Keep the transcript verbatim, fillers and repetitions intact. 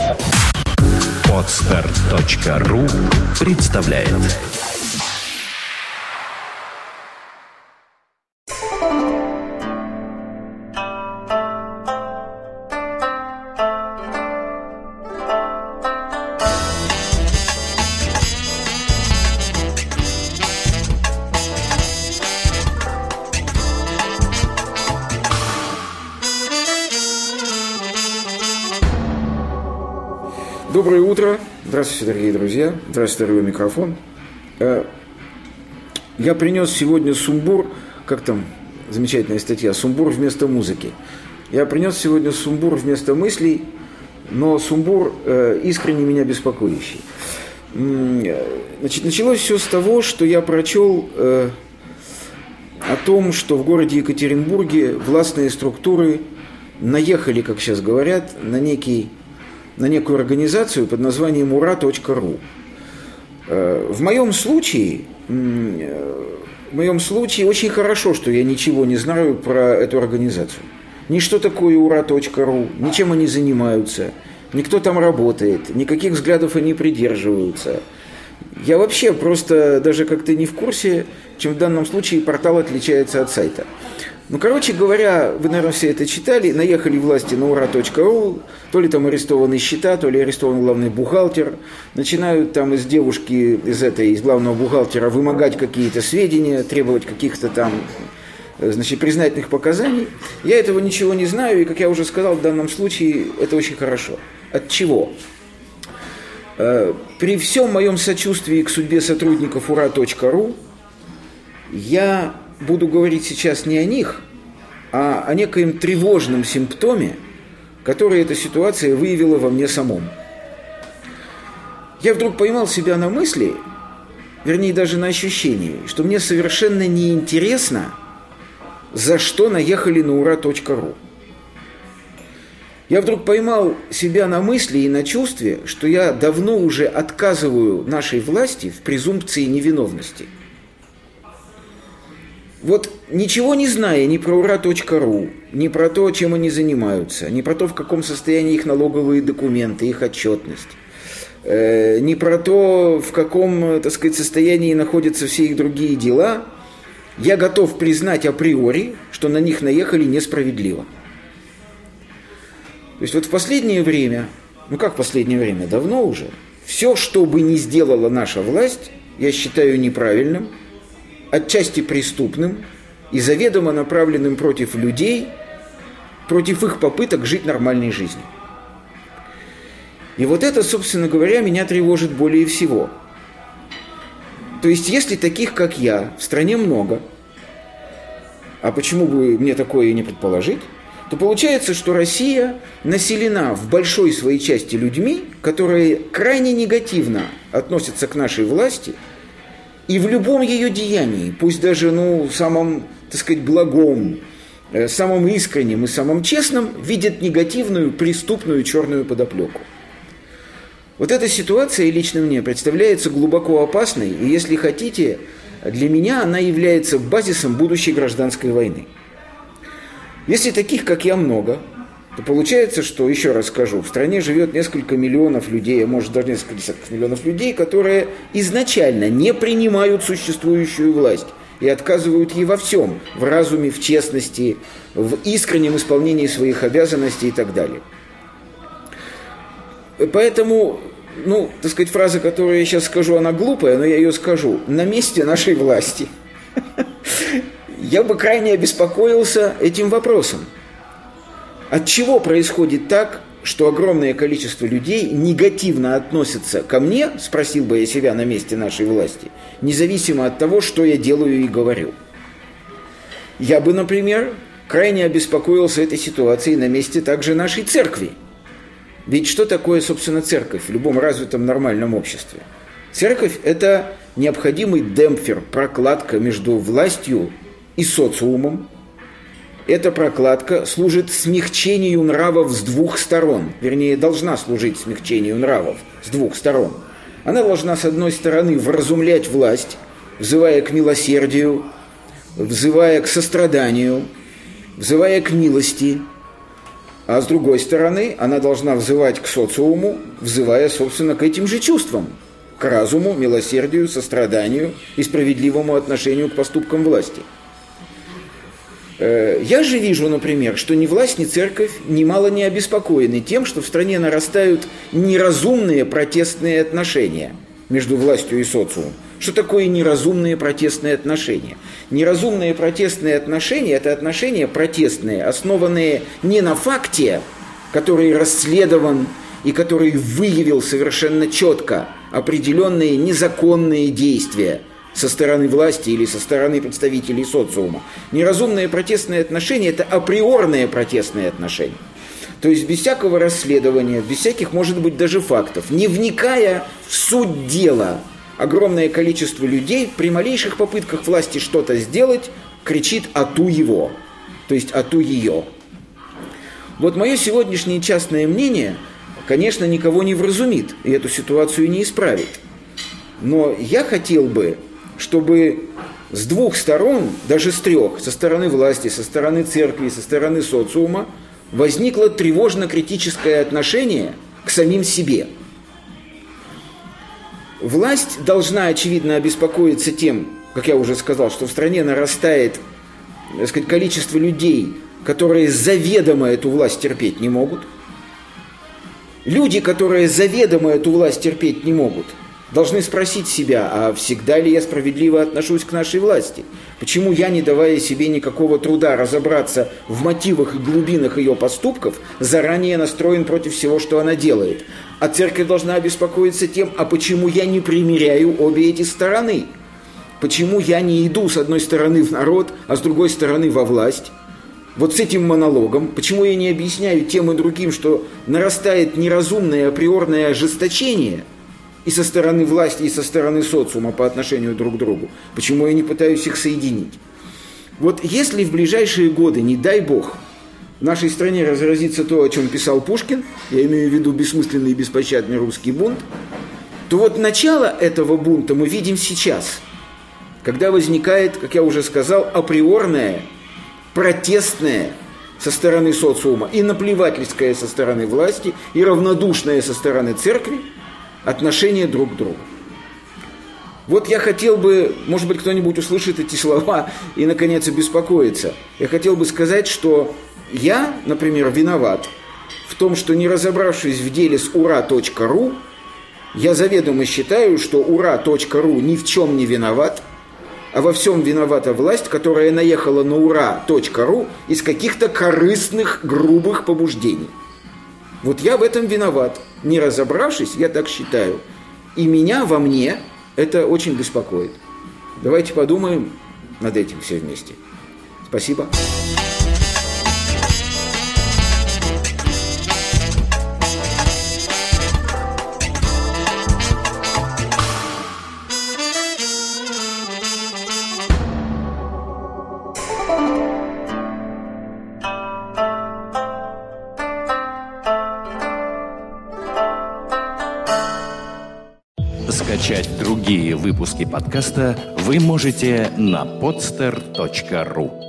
Подстер точка ру представляет. Доброе утро. Здравствуйте, дорогие друзья. Здравствуйте, дорогой микрофон. Я принес сегодня сумбур, как там замечательная статья, сумбур вместо музыки. Я принес сегодня сумбур вместо мыслей, но сумбур искренне меня беспокоящий. Значит, началось все с того, что я прочел о том, что в городе Екатеринбурге властные структуры наехали, как сейчас говорят, на некий на некую организацию под названием ура точка ру. В моем случае, в моем случае очень хорошо, что я ничего не знаю про эту организацию. Ни что такое ура точка ру, ничем они занимаются, никто там работает, никаких взглядов они придерживаются. Я вообще просто даже как-то не в курсе, чем в данном случае портал отличается от сайта. Ну, короче говоря, вы, наверное, все это читали, наехали власти на ура точка ру, то ли там арестованы счета, то ли арестован главный бухгалтер, начинают там из девушки, из этой, из главного бухгалтера вымогать какие-то сведения, требовать каких-то там, значит, признательных показаний. Я этого ничего не знаю, и, как я уже сказал, в данном случае это очень хорошо. От чего? При всем моем сочувствии к судьбе сотрудников ура точка ру я буду говорить сейчас не о них, а о некоем тревожном симптоме, который эта ситуация выявила во мне самом. Я вдруг поймал себя на мысли, вернее даже на ощущении, что мне совершенно неинтересно, за что наехали на ура точка ру. Я вдруг поймал себя на мысли и на чувстве, что я давно уже отказываю нашей власти в презумпции невиновности. Вот ничего не зная ни про ура точка ру, ни про то, чем они занимаются, ни про то, в каком состоянии их налоговые документы, их отчетность, э, ни про то, в каком, так сказать, состоянии находятся все их другие дела, я готов признать априори, что на них наехали несправедливо. То есть вот в последнее время, ну как в последнее время, давно уже, все, что бы ни сделала наша власть, я считаю неправильным, отчасти преступным и заведомо направленным против людей, против их попыток жить нормальной жизнью. И вот это, собственно говоря, меня тревожит более всего. То есть, если таких, как я, в стране много, а почему бы мне такое и не предположить, то получается, что Россия населена в большой своей части людьми, которые крайне негативно относятся к нашей власти, и в любом ее деянии, пусть даже, ну, самом, так сказать, благом, э, самом искреннем и самом честном, видят негативную, преступную, черную подоплеку. Вот эта ситуация лично мне представляется глубоко опасной, и, если хотите, для меня она является базисом будущей гражданской войны. Если таких, как я, много, то получается, что, еще раз скажу, в стране живет несколько миллионов людей, а может даже несколько десятков миллионов людей, которые изначально не принимают существующую власть и отказывают ей во всем, в разуме, в честности, в искреннем исполнении своих обязанностей и так далее. Поэтому, ну, так сказать, фраза, которую я сейчас скажу, она глупая, но я ее скажу. На месте нашей власти я бы крайне обеспокоился этим вопросом. От чего происходит так, что огромное количество людей негативно относятся ко мне, спросил бы я себя на месте нашей власти, независимо от того, что я делаю и говорю. Я бы, например, крайне обеспокоился этой ситуацией на месте также нашей церкви. Ведь что такое, собственно, церковь в любом развитом нормальном обществе? Церковь – это необходимый демпфер, прокладка между властью и социумом. Эта прокладка служит смягчению нравов с двух сторон. Вернее, должна служить смягчению нравов с двух сторон. Она должна, с одной стороны, вразумлять власть, взывая к взывая к состраданию, взывая к милости, А с другой стороны, она должна взывать к социуму, взывая, собственно, к этим же чувствам, к разуму, милосердию, состраданию и справедливому отношению к поступкам власти. Я же вижу, например, что ни власть, ни церковь немало не обеспокоены тем, что в стране нарастают неразумные протестные отношения между властью и социумом. Что такое неразумные протестные отношения? Неразумные протестные отношения – это отношения протестные, основанные не на факте, который расследован и который выявил совершенно четко определенные незаконные действия со стороны власти или со стороны представителей социума. Неразумные протестные отношения – это априорные протестные отношения. То есть без всякого расследования, без всяких, может быть, даже фактов, не вникая в суть дела, огромное количество людей при малейших попытках власти что-то сделать кричит «ату его», то есть «ату ее». Вот мое сегодняшнее частное мнение, конечно, никого не вразумит и эту ситуацию не исправит. Но я хотел бы, чтобы с двух сторон, даже с трех, со стороны власти, со стороны церкви, со стороны социума, возникло тревожно-критическое отношение к самим себе. Власть должна, очевидно, обеспокоиться тем, как я уже сказал, что в стране нарастает, так сказать, количество людей, которые заведомо эту власть терпеть не могут. Люди, которые заведомо эту власть терпеть не могут, должны спросить себя, а всегда ли я справедливо отношусь к нашей власти? Почему я, не давая себе никакого труда разобраться в мотивах и глубинах ее поступков, заранее настроен против всего, что она делает? А церковь должна обеспокоиться тем, а почему я не примиряю обе эти стороны? Почему я не иду с одной стороны в народ, а с другой стороны во власть? Вот с этим монологом, почему я не объясняю тем и другим, что нарастает неразумное априорное ожесточение и со стороны власти, и со стороны социума по отношению друг к другу? Почему я не пытаюсь их соединить? Вот если в ближайшие годы, не дай бог, в нашей стране разразится то, о чем писал Пушкин, я имею в виду бессмысленный и беспощадный русский бунт, то вот начало этого бунта мы видим сейчас, когда возникает, как я уже сказал, априорное, протестное со стороны социума и наплевательское со стороны власти, и равнодушное со стороны церкви отношение друг к другу. Вот я хотел бы, может быть, кто-нибудь услышит эти слова и, наконец, обеспокоится. Я хотел бы сказать, что я, например, виноват в том, что, не разобравшись в деле с ура точка ру, я заведомо считаю, что ура точка ру ни в чем не виноват, а во всем виновата власть, которая наехала на ура точка ру из каких-то корыстных, грубых побуждений. Вот я в этом виноват. Не разобравшись, я так считаю. И меня во мне это очень беспокоит. Давайте подумаем над этим все вместе. Спасибо. Скачать другие выпуски подкаста вы можете на podster точка ру.